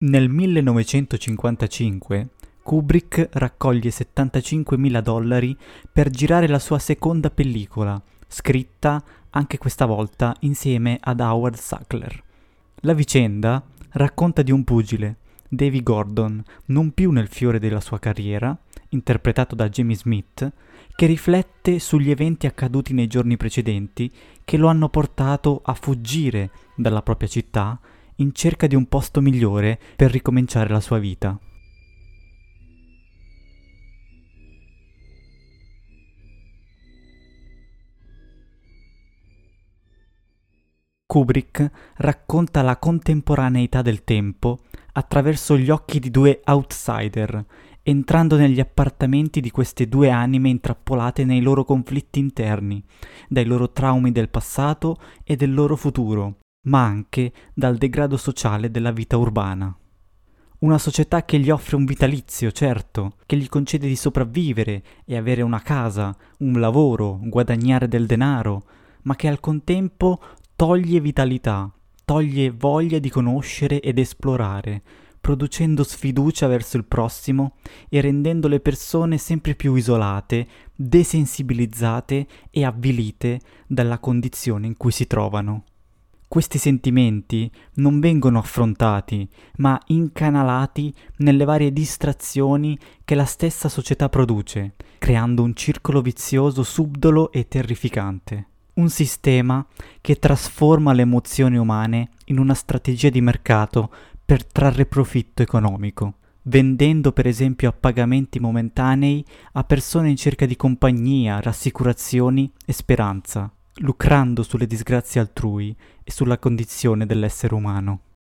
Nel 1955 Kubrick raccoglie $75.000 per girare la sua seconda pellicola, scritta anche questa volta insieme ad Howard Sackler. La vicenda racconta di un pugile, Davy Gordon, non più nel fiore della sua carriera, interpretato da Jamie Smith, che riflette sugli eventi accaduti nei giorni precedenti che lo hanno portato a fuggire dalla propria città in cerca di un posto migliore per ricominciare la sua vita. Kubrick racconta la contemporaneità del tempo attraverso gli occhi di due outsider, entrando negli appartamenti di queste due anime intrappolate nei loro conflitti interni, dai loro traumi del passato e del loro futuro, ma anche dal degrado sociale della vita urbana. Una società che gli offre un vitalizio, certo, che gli concede di sopravvivere e avere una casa, un lavoro, guadagnare del denaro, ma che al contempo toglie vitalità, toglie voglia di conoscere ed esplorare, producendo sfiducia verso il prossimo e rendendo le persone sempre più isolate, desensibilizzate e avvilite dalla condizione in cui si trovano. Questi sentimenti non vengono affrontati, ma incanalati nelle varie distrazioni che la stessa società produce, creando un circolo vizioso subdolo e terrificante. Un sistema che trasforma le emozioni umane in una strategia di mercato per trarre profitto economico, vendendo per esempio appagamenti momentanei a persone in cerca di compagnia, rassicurazioni e speranza, lucrando sulle disgrazie altrui e sulla condizione dell'essere umano.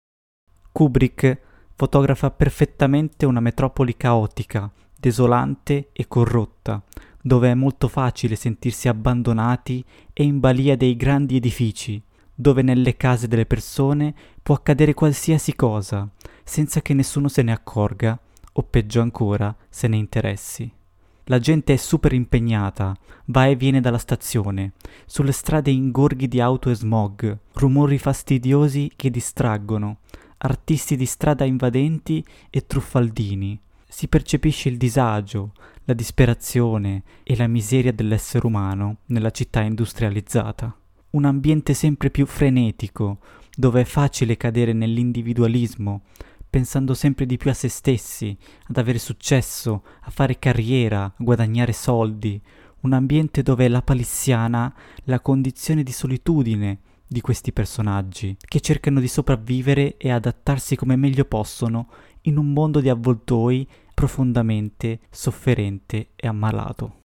Kubrick fotografa perfettamente una metropoli caotica, desolante e corrotta, dove è molto facile sentirsi abbandonati e in balia dei grandi edifici, dove nelle case delle persone può accadere qualsiasi cosa, senza che nessuno se ne accorga, o peggio ancora, se ne interessi. La gente è super impegnata, va e viene dalla stazione, sulle strade ingorghi di auto e smog, rumori fastidiosi che distraggono, artisti di strada invadenti e truffaldini. Si percepisce il disagio, la disperazione e la miseria dell'essere umano nella città industrializzata. Un ambiente sempre più frenetico, dove è facile cadere nell'individualismo, pensando sempre di più a se stessi, ad avere successo, a fare carriera, a guadagnare soldi. Un ambiente dove è la palissiana la condizione di solitudine di questi personaggi, che cercano di sopravvivere e adattarsi come meglio possono in un mondo di avvoltoi profondamente sofferente e ammalato.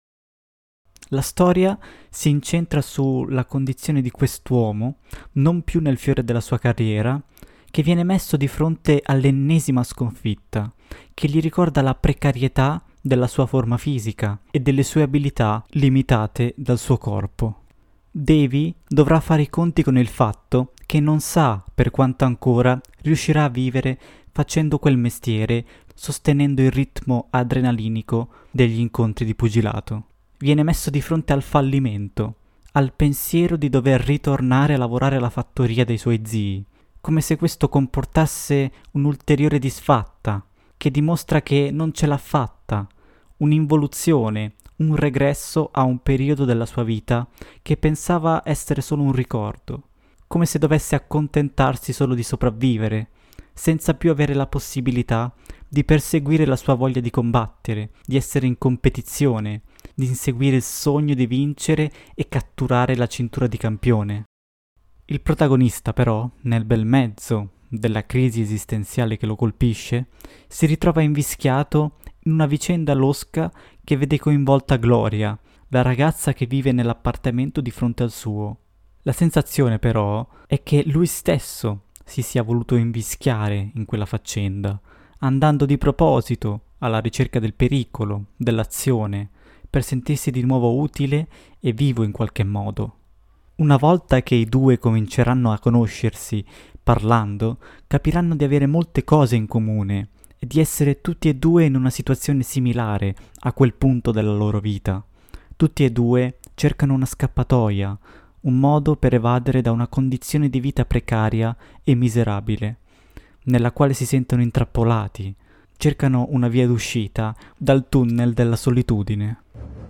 La storia si incentra sulla condizione di quest'uomo, non più nel fiore della sua carriera, che viene messo di fronte all'ennesima sconfitta, che gli ricorda la precarietà della sua forma fisica e delle sue abilità limitate dal suo corpo. Davy dovrà fare i conti con il fatto che non sa per quanto ancora riuscirà a vivere facendo quel mestiere, sostenendo il ritmo adrenalinico degli incontri di pugilato. Viene messo di fronte al fallimento, al pensiero di dover ritornare a lavorare alla fattoria dei suoi zii, come se questo comportasse un'ulteriore disfatta, che dimostra che non ce l'ha fatta, un'involuzione, un regresso a un periodo della sua vita che pensava essere solo un ricordo, come se dovesse accontentarsi solo di sopravvivere, senza più avere la possibilità di perseguire la sua voglia di combattere, di essere in competizione, di inseguire il sogno di vincere e catturare la cintura di campione. Il protagonista però, nel bel mezzo della crisi esistenziale che lo colpisce, si ritrova invischiato in una vicenda losca che vede coinvolta Gloria, la ragazza che vive nell'appartamento di fronte al suo. La sensazione però è che lui stesso si sia voluto invischiare in quella faccenda, andando di proposito alla ricerca del pericolo, dell'azione, per sentirsi di nuovo utile e vivo in qualche modo. Una volta che i due cominceranno a conoscersi, parlando, capiranno di avere molte cose in comune e di essere tutti e due in una situazione similare a quel punto della loro vita. Tutti e due cercano una scappatoia, un modo per evadere da una condizione di vita precaria e miserabile. nella quale si sentono intrappolati, cercano una via d'uscita dal tunnel della solitudine.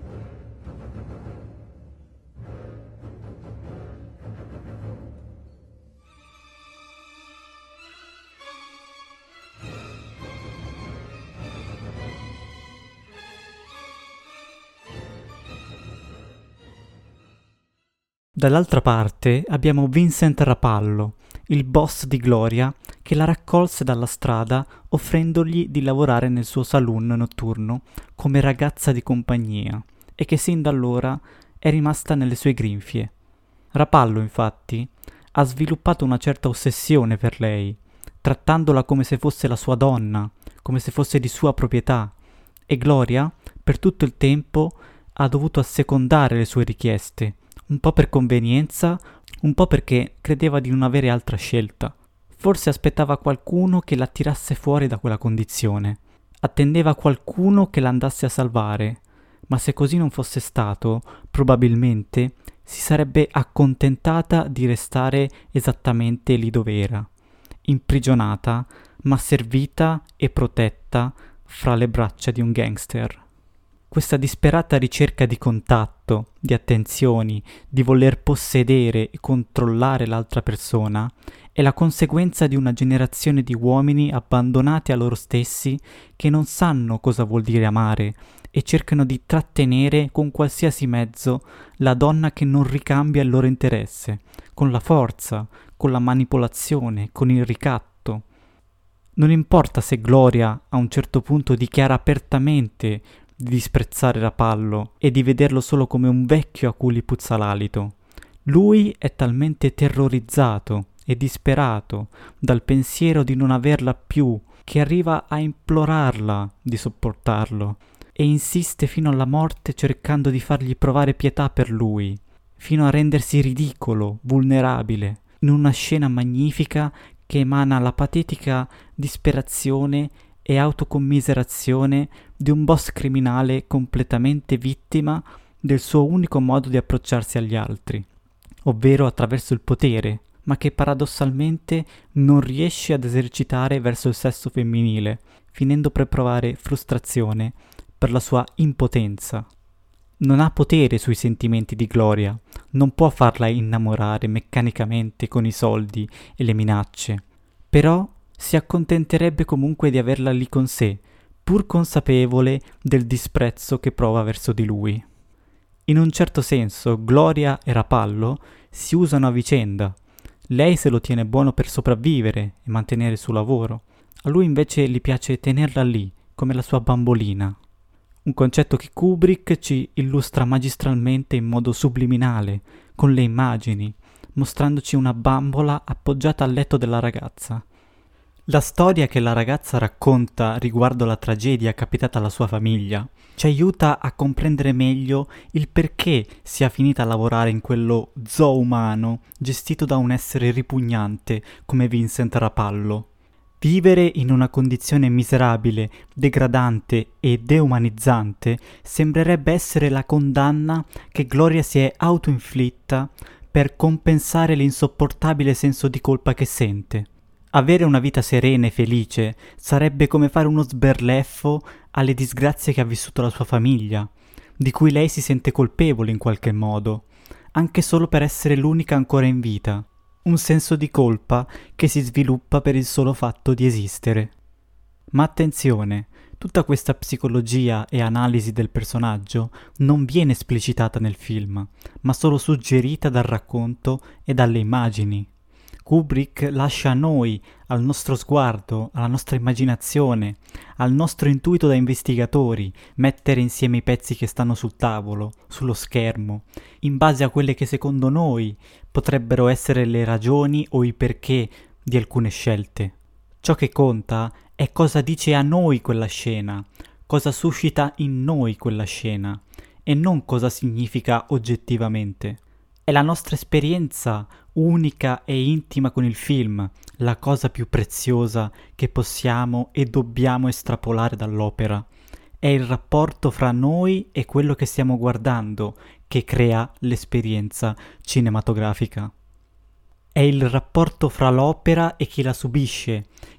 Dall'altra parte abbiamo Vincent Rapallo, il boss di Gloria, che la raccolse dalla strada offrendogli di lavorare nel suo saloon notturno come ragazza di compagnia e che sin da allora è rimasta nelle sue grinfie. Rapallo, infatti, ha sviluppato una certa ossessione per lei, trattandola come se fosse la sua donna, come se fosse di sua proprietà, e Gloria, per tutto il tempo, ha dovuto assecondare le sue richieste, un po' per convenienza, un po' perché credeva di non avere altra scelta. Forse aspettava qualcuno che la tirasse fuori da quella condizione. Attendeva qualcuno che la andasse a salvare, ma se così non fosse stato, probabilmente si sarebbe accontentata di restare esattamente lì dove era, imprigionata, ma servita e protetta fra le braccia di un gangster. Questa disperata ricerca di contatto, di attenzioni, di voler possedere e controllare l'altra persona è la conseguenza di una generazione di uomini abbandonati a loro stessi che non sanno cosa vuol dire amare e cercano di trattenere con qualsiasi mezzo la donna che non ricambia il loro interesse, con la forza, con la manipolazione, con il ricatto. Non importa se Gloria a un certo punto dichiara apertamente di disprezzare Rapallo e di vederlo solo come un vecchio a cui gli puzza l'alito. Lui è talmente terrorizzato e disperato dal pensiero di non averla più che arriva a implorarla di sopportarlo e insiste fino alla morte cercando di fargli provare pietà per lui, fino a rendersi ridicolo, vulnerabile, in una scena magnifica che emana la patetica disperazione e autocommiserazione di un boss criminale completamente vittima del suo unico modo di approcciarsi agli altri, ovvero attraverso il potere, ma che paradossalmente non riesce ad esercitare verso il sesso femminile, finendo per provare frustrazione per la sua impotenza. Non ha potere sui sentimenti di Gloria, non può farla innamorare meccanicamente con i soldi e le minacce, però si accontenterebbe comunque di averla lì con sé, pur consapevole del disprezzo che prova verso di lui. In un certo senso, Gloria e Rapallo si usano a vicenda. Lei se lo tiene buono per sopravvivere e mantenere il suo lavoro. A lui invece gli piace tenerla lì, come la sua bambolina. Un concetto che Kubrick ci illustra magistralmente in modo subliminale, con le immagini, mostrandoci una bambola appoggiata al letto della ragazza. La storia che la ragazza racconta riguardo la tragedia capitata alla sua famiglia ci aiuta a comprendere meglio il perché sia finita a lavorare in quello zoo umano gestito da un essere ripugnante come Vincent Rapallo. Vivere in una condizione miserabile, degradante e deumanizzante sembrerebbe essere la condanna che Gloria si è autoinflitta per compensare l'insopportabile senso di colpa che sente. Avere una vita serena e felice sarebbe come fare uno sberleffo alle disgrazie che ha vissuto la sua famiglia, di cui lei si sente colpevole in qualche modo, anche solo per essere l'unica ancora in vita. Un senso di colpa che si sviluppa per il solo fatto di esistere. Ma attenzione, tutta questa psicologia e analisi del personaggio non viene esplicitata nel film, ma solo suggerita dal racconto e dalle immagini. Kubrick lascia a noi, al nostro sguardo, alla nostra immaginazione, al nostro intuito da investigatori, mettere insieme i pezzi che stanno sul tavolo, sullo schermo, in base a quelle che secondo noi potrebbero essere le ragioni o i perché di alcune scelte. Ciò che conta è cosa dice a noi quella scena, cosa suscita in noi quella scena, e non cosa significa oggettivamente. È la nostra esperienza unica e intima con il film, la cosa più preziosa che possiamo e dobbiamo estrapolare dall'opera. È il rapporto fra noi e quello che stiamo guardando che crea l'esperienza cinematografica. È il rapporto fra l'opera e chi la subisce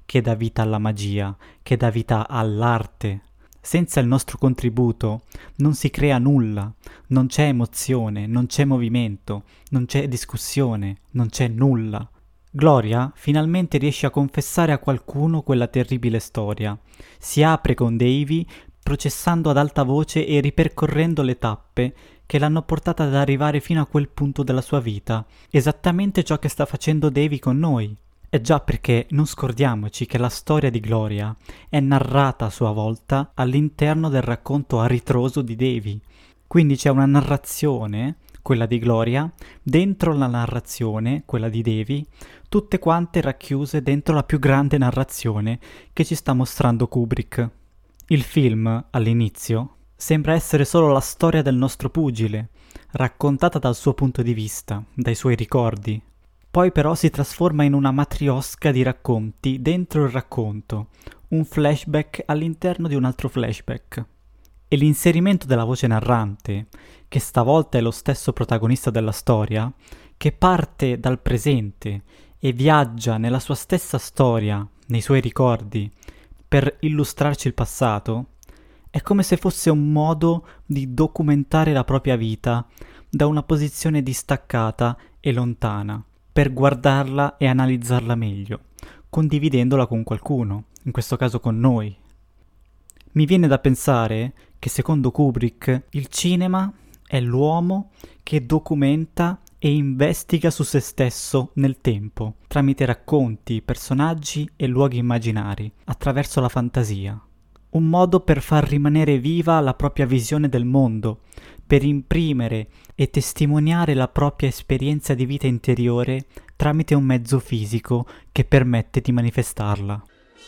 che dà vita alla magia, che dà vita all'arte. Senza il nostro contributo non si crea nulla, non c'è emozione, non c'è movimento, non c'è discussione, non c'è nulla. Gloria finalmente riesce a confessare a qualcuno quella terribile storia. Si apre con Davy, processando ad alta voce e ripercorrendo le tappe che l'hanno portata ad arrivare fino a quel punto della sua vita. Esattamente ciò che sta facendo Davy con noi. E già, perché non scordiamoci che la storia di Gloria è narrata a sua volta all'interno del racconto a ritroso di Davy. Quindi c'è una narrazione, quella di Gloria, dentro la narrazione, quella di Davy, tutte quante racchiuse dentro la più grande narrazione che ci sta mostrando Kubrick. Il film, all'inizio, sembra essere solo la storia del nostro pugile, raccontata dal suo punto di vista, dai suoi ricordi. Poi però si trasforma in una matriosca di racconti dentro il racconto, un flashback all'interno di un altro flashback. E l'inserimento della voce narrante, che stavolta è lo stesso protagonista della storia, che parte dal presente e viaggia nella sua stessa storia, nei suoi ricordi, per illustrarci il passato, è come se fosse un modo di documentare la propria vita da una posizione distaccata e lontana, per guardarla e analizzarla meglio, condividendola con qualcuno, in questo caso con noi. Mi viene da pensare che secondo Kubrick il cinema è l'uomo che documenta e investiga su se stesso nel tempo, tramite racconti, personaggi e luoghi immaginari, attraverso la fantasia. Un modo per far rimanere viva la propria visione del mondo, per imprimere e testimoniare la propria esperienza di vita interiore tramite un mezzo fisico che permette di manifestarla.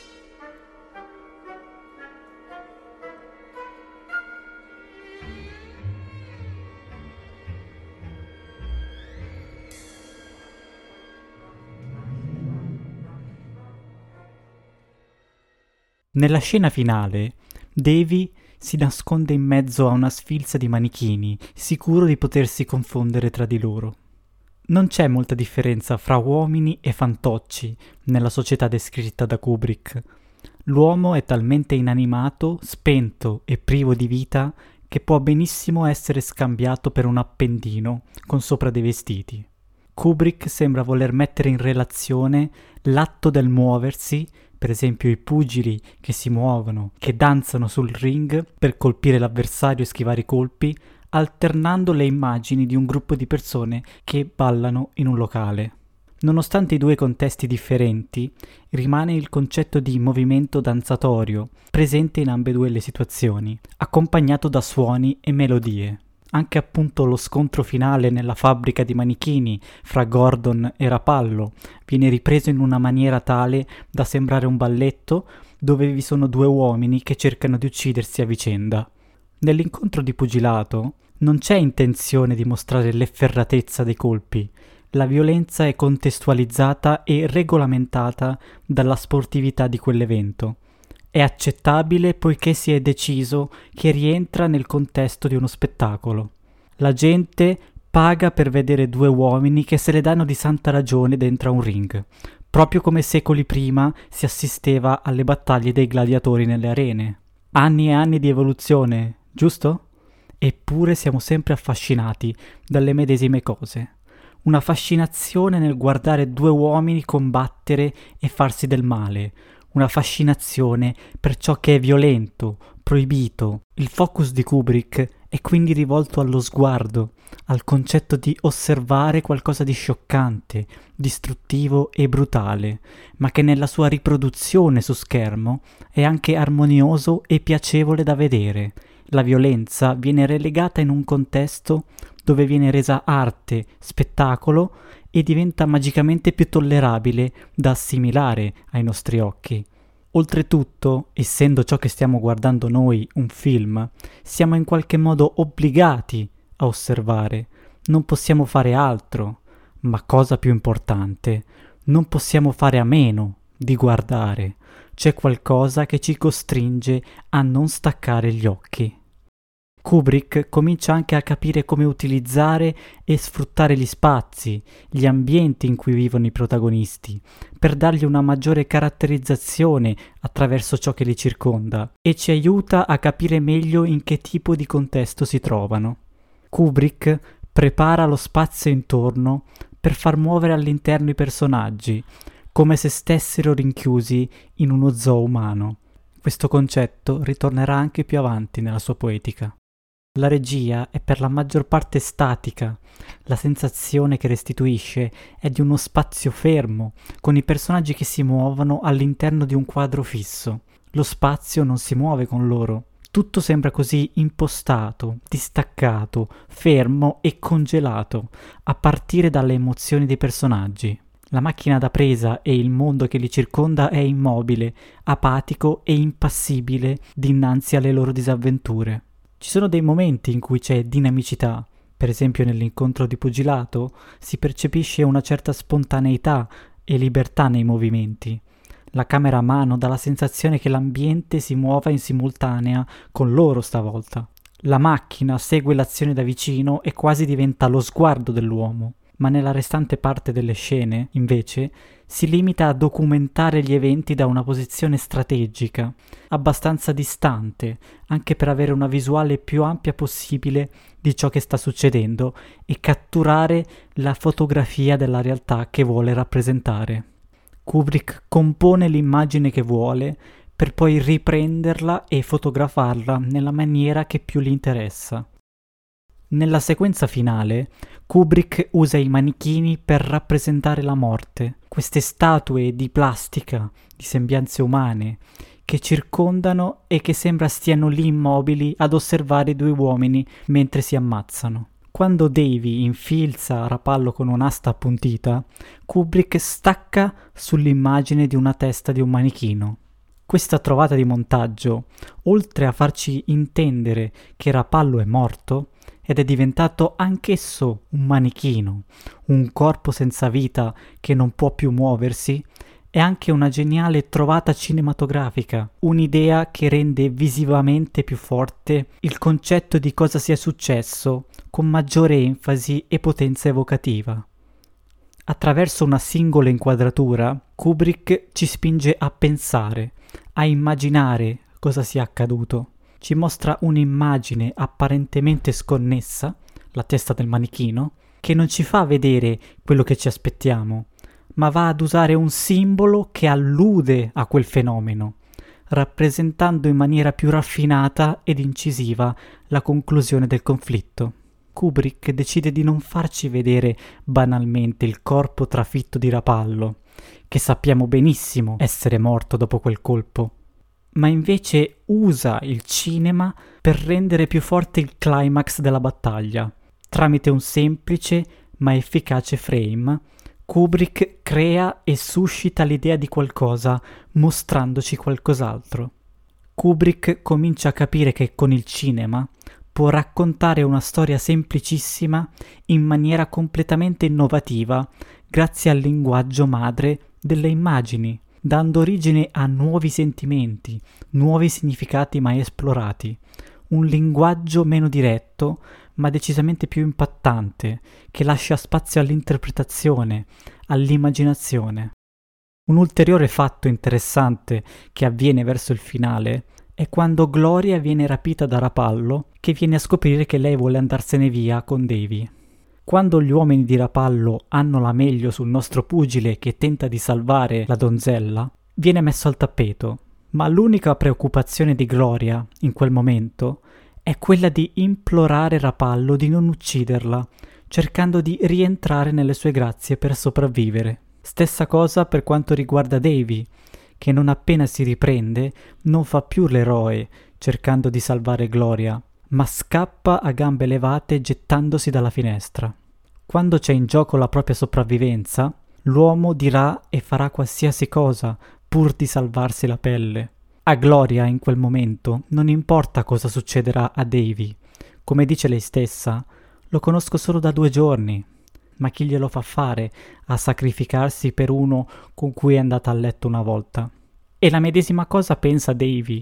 Nella scena finale, Davy si nasconde in mezzo a una sfilza di manichini, sicuro di potersi confondere tra di loro. Non c'è molta differenza fra uomini e fantocci nella società descritta da Kubrick. L'uomo è talmente inanimato, spento e privo di vita che può benissimo essere scambiato per un appendino con sopra dei vestiti. Kubrick sembra voler mettere in relazione l'atto del muoversi, per esempio i pugili che si muovono, che danzano sul ring per colpire l'avversario e schivare i colpi, alternando le immagini di un gruppo di persone che ballano in un locale. Nonostante i due contesti differenti, rimane il concetto di movimento danzatorio presente in ambedue le situazioni, accompagnato da suoni e melodie. Anche appunto lo scontro finale nella fabbrica di manichini fra Gordon e Rapallo viene ripreso in una maniera tale da sembrare un balletto dove vi sono due uomini che cercano di uccidersi a vicenda. Nell'incontro di pugilato non c'è intenzione di mostrare l'efferratezza dei colpi. La violenza è contestualizzata e regolamentata dalla sportività di quell'evento. È accettabile poiché si è deciso che rientra nel contesto di uno spettacolo. La gente paga per vedere due uomini che se le danno di santa ragione dentro a un ring, proprio come secoli prima si assisteva alle battaglie dei gladiatori nelle arene. Anni e anni di evoluzione, giusto? Eppure siamo sempre affascinati dalle medesime cose. Una fascinazione nel guardare due uomini combattere e farsi del male, una fascinazione per ciò che è violento, proibito. Il focus di Kubrick è quindi rivolto allo sguardo, al concetto di osservare qualcosa di scioccante, distruttivo e brutale, ma che nella sua riproduzione su schermo è anche armonioso e piacevole da vedere. La violenza viene relegata in un contesto dove viene resa arte, spettacolo e diventa magicamente più tollerabile da assimilare ai nostri occhi. Oltretutto, essendo ciò che stiamo guardando noi un film, siamo in qualche modo obbligati a osservare. Non possiamo fare altro, ma cosa più importante, non possiamo fare a meno di guardare. C'è qualcosa che ci costringe a non staccare gli occhi. Kubrick comincia anche a capire come utilizzare e sfruttare gli spazi, gli ambienti in cui vivono i protagonisti, per dargli una maggiore caratterizzazione attraverso ciò che li circonda e ci aiuta a capire meglio in che tipo di contesto si trovano. Kubrick prepara lo spazio intorno per far muovere all'interno i personaggi, come se stessero rinchiusi in uno zoo umano. Questo concetto ritornerà anche più avanti nella sua poetica. La regia è per la maggior parte statica, la sensazione che restituisce è di uno spazio fermo, con i personaggi che si muovono all'interno di un quadro fisso. Lo spazio non si muove con loro. Tutto sembra così impostato, distaccato, fermo e congelato, a partire dalle emozioni dei personaggi. La macchina da presa e il mondo che li circonda è immobile, apatico e impassibile dinanzi alle loro disavventure. Ci sono dei momenti in cui c'è dinamicità, per esempio nell'incontro di pugilato si percepisce una certa spontaneità e libertà nei movimenti. La camera a mano dà la sensazione che l'ambiente si muova in simultanea con loro stavolta. La macchina segue l'azione da vicino e quasi diventa lo sguardo dell'uomo, ma nella restante parte delle scene, invece, si limita a documentare gli eventi da una posizione strategica, abbastanza distante, anche per avere una visuale più ampia possibile di ciò che sta succedendo e catturare la fotografia della realtà che vuole rappresentare. Kubrick compone l'immagine che vuole per poi riprenderla e fotografarla nella maniera che più gli interessa. Nella sequenza finale, Kubrick usa i manichini per rappresentare la morte, queste statue di plastica, di sembianze umane, che circondano e che sembra stiano lì immobili ad osservare i due uomini mentre si ammazzano. Quando Davy infilza Rapallo con un'asta appuntita, Kubrick stacca sull'immagine di una testa di un manichino. Questa trovata di montaggio, oltre a farci intendere che Rapallo è morto, ed è diventato anch'esso un manichino, un corpo senza vita che non può più muoversi, è anche una geniale trovata cinematografica, un'idea che rende visivamente più forte il concetto di cosa sia successo, con maggiore enfasi e potenza evocativa. Attraverso una singola inquadratura, Kubrick ci spinge a pensare, a immaginare cosa sia accaduto. Ci mostra un'immagine apparentemente sconnessa, la testa del manichino, che non ci fa vedere quello che ci aspettiamo, ma va ad usare un simbolo che allude a quel fenomeno, rappresentando in maniera più raffinata ed incisiva la conclusione del conflitto. Kubrick decide di non farci vedere banalmente il corpo trafitto di Rapallo, che sappiamo benissimo essere morto dopo quel colpo, ma invece usa il cinema per rendere più forte il climax della battaglia. Tramite un semplice ma efficace frame, Kubrick crea e suscita l'idea di qualcosa mostrandoci qualcos'altro. Kubrick comincia a capire che con il cinema può raccontare una storia semplicissima in maniera completamente innovativa grazie al linguaggio madre delle immagini, dando origine a nuovi sentimenti, nuovi significati mai esplorati, un linguaggio meno diretto ma decisamente più impattante, che lascia spazio all'interpretazione, all'immaginazione. Un ulteriore fatto interessante che avviene verso il finale è quando Gloria viene rapita da Rapallo, che viene a scoprire che lei vuole andarsene via con Davy. Quando gli uomini di Rapallo hanno la meglio sul nostro pugile che tenta di salvare la donzella, viene messo al tappeto, ma l'unica preoccupazione di Gloria, in quel momento, è quella di implorare Rapallo di non ucciderla, cercando di rientrare nelle sue grazie per sopravvivere. Stessa cosa per quanto riguarda Davy, che non appena si riprende non fa più l'eroe cercando di salvare Gloria, ma scappa a gambe levate gettandosi dalla finestra. Quando c'è in gioco la propria sopravvivenza, l'uomo dirà e farà qualsiasi cosa pur di salvarsi la pelle. A Gloria in quel momento non importa cosa succederà a Davy. Come dice lei stessa, lo conosco solo da 2 giorni, ma chi glielo fa fare a sacrificarsi per uno con cui è andata a letto una volta? E la medesima cosa pensa Davy,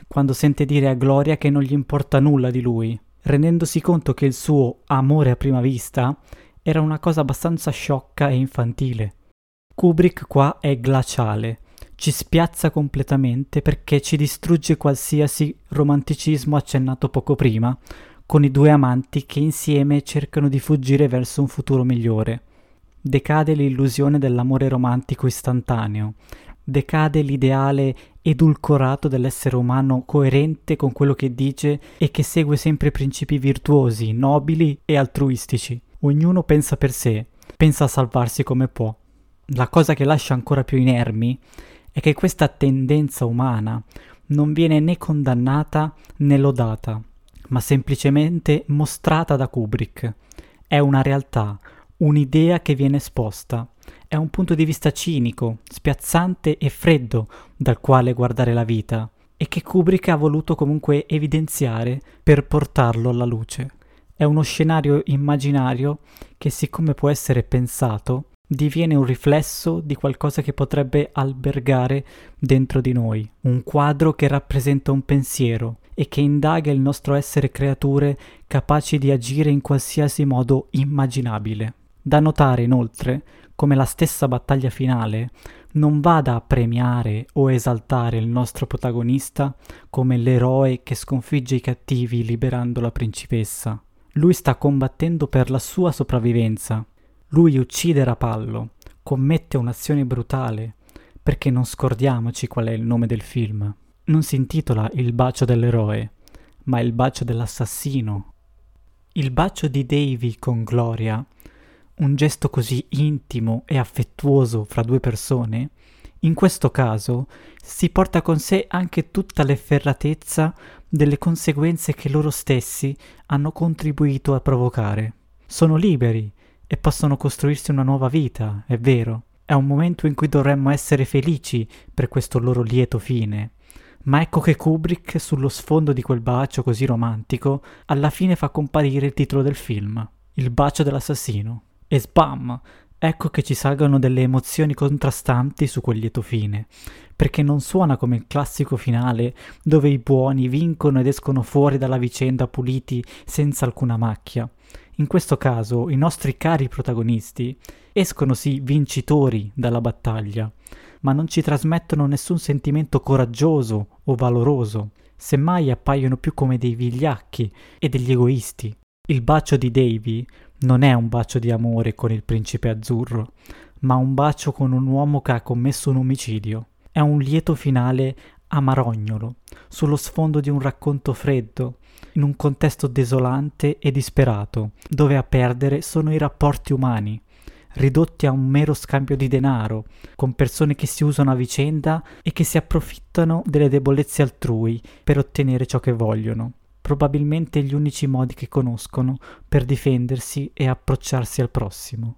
quando sente dire a Gloria che non gli importa nulla di lui, rendendosi conto che il suo amore a prima vista era una cosa abbastanza sciocca e infantile. Kubrick qua è glaciale, ci spiazza completamente perché ci distrugge qualsiasi romanticismo accennato poco prima, con i due amanti che insieme cercano di fuggire verso un futuro migliore. Decade l'illusione dell'amore romantico istantaneo, decade l'ideale edulcorato dell'essere umano coerente con quello che dice e che segue sempre principi virtuosi, nobili e altruistici. Ognuno pensa per sé, pensa a salvarsi come può. La cosa che lascia ancora più inermi è che questa tendenza umana non viene né condannata né lodata, ma semplicemente mostrata da Kubrick. È una realtà, un'idea che viene esposta. È un punto di vista cinico, spiazzante e freddo dal quale guardare la vita, e che Kubrick ha voluto comunque evidenziare per portarlo alla luce. È uno scenario immaginario che, siccome può essere pensato, diviene un riflesso di qualcosa che potrebbe albergare dentro di noi, un quadro che rappresenta un pensiero e che indaga il nostro essere creature capaci di agire in qualsiasi modo immaginabile. Da notare inoltre come la stessa battaglia finale non vada a premiare o esaltare il nostro protagonista come l'eroe che sconfigge i cattivi liberando la principessa. Lui sta combattendo per la sua sopravvivenza. Lui uccide Rapallo, commette un'azione brutale, perché non scordiamoci qual è il nome del film. Non si intitola Il bacio dell'eroe, ma Il bacio dell'assassino. Il bacio di Davy con Gloria, un gesto così intimo e affettuoso fra due persone, in questo caso si porta con sé anche tutta l'efferatezza delle conseguenze che loro stessi hanno contribuito a provocare. Sono liberi e possono costruirsi una nuova vita, è vero. È un momento in cui dovremmo essere felici per questo loro lieto fine. Ma ecco che Kubrick, sullo sfondo di quel bacio così romantico, alla fine fa comparire il titolo del film, Il bacio dell'assassino. E sbam! Ecco che ci salgono delle emozioni contrastanti su quel lieto fine, perché non suona come il classico finale dove i buoni vincono ed escono fuori dalla vicenda puliti senza alcuna macchia. In questo caso i nostri cari protagonisti escono sì vincitori dalla battaglia, ma non ci trasmettono nessun sentimento coraggioso o valoroso, semmai appaiono più come dei vigliacchi e degli egoisti. Il bacio di Davy non è un bacio di amore con il principe azzurro, ma un bacio con un uomo che ha commesso un omicidio. È un lieto finale amarognolo, sullo sfondo di un racconto freddo, in un contesto desolante e disperato, dove a perdere sono i rapporti umani, ridotti a un mero scambio di denaro, con persone che si usano a vicenda e che si approfittano delle debolezze altrui per ottenere ciò che vogliono, probabilmente gli unici modi che conoscono per difendersi e approcciarsi al prossimo.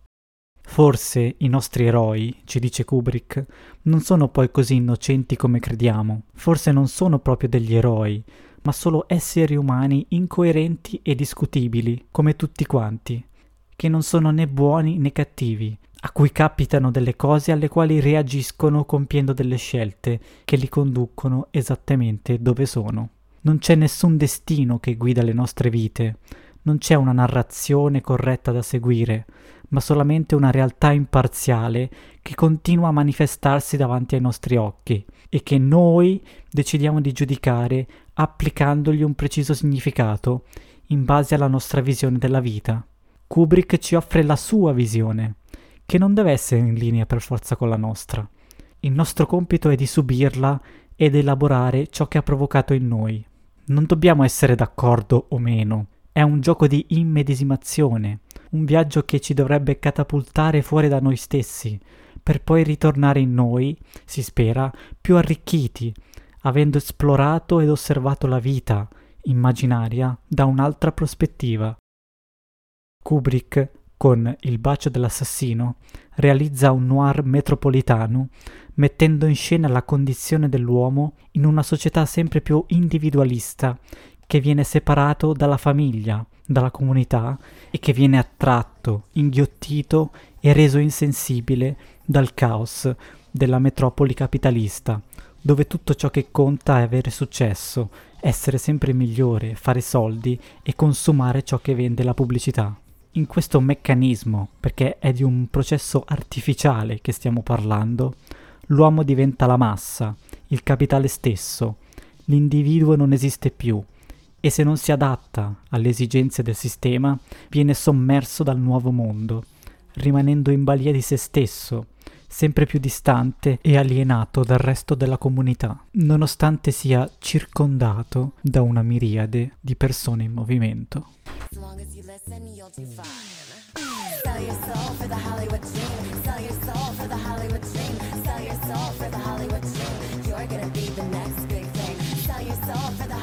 Forse i nostri eroi, ci dice Kubrick, non sono poi così innocenti come crediamo, forse non sono proprio degli eroi, ma solo esseri umani incoerenti e discutibili, come tutti quanti, che non sono né buoni né cattivi, a cui capitano delle cose alle quali reagiscono compiendo delle scelte che li conducono esattamente dove sono. Non c'è nessun destino che guida le nostre vite, non c'è una narrazione corretta da seguire, ma solamente una realtà imparziale che continua a manifestarsi davanti ai nostri occhi e che noi decidiamo di giudicare applicandogli un preciso significato in base alla nostra visione della vita. Kubrick ci offre la sua visione, che non deve essere in linea per forza con la nostra. Il nostro compito è di subirla ed elaborare ciò che ha provocato in noi. Non dobbiamo essere d'accordo o meno, è un gioco di immedesimazione, un viaggio che ci dovrebbe catapultare fuori da noi stessi, per poi ritornare in noi, si spera, più arricchiti, avendo esplorato ed osservato la vita immaginaria da un'altra prospettiva. Kubrick, con Il bacio dell'assassino, realizza un noir metropolitano, mettendo in scena la condizione dell'uomo in una società sempre più individualista, che viene separato dalla famiglia, dalla comunità e che viene attratto, inghiottito e reso insensibile dal caos della metropoli capitalista, dove tutto ciò che conta è avere successo, essere sempre migliore, fare soldi e consumare ciò che vende la pubblicità. In questo meccanismo, perché è di un processo artificiale che stiamo parlando, l'uomo diventa la massa, il capitale stesso, l'individuo non esiste più e se non si adatta alle esigenze del sistema viene sommerso dal nuovo mondo, rimanendo in balia di se stesso, sempre più distante e alienato dal resto della comunità, nonostante sia circondato da una miriade di persone in movimento. As long as you listen, you'll do fine. Sell your soul for the Hollywood dream. Sell your soul for the Hollywood dream. Sell your soul for the Hollywood dream. You're gonna be the next big thing. Sell your soul for the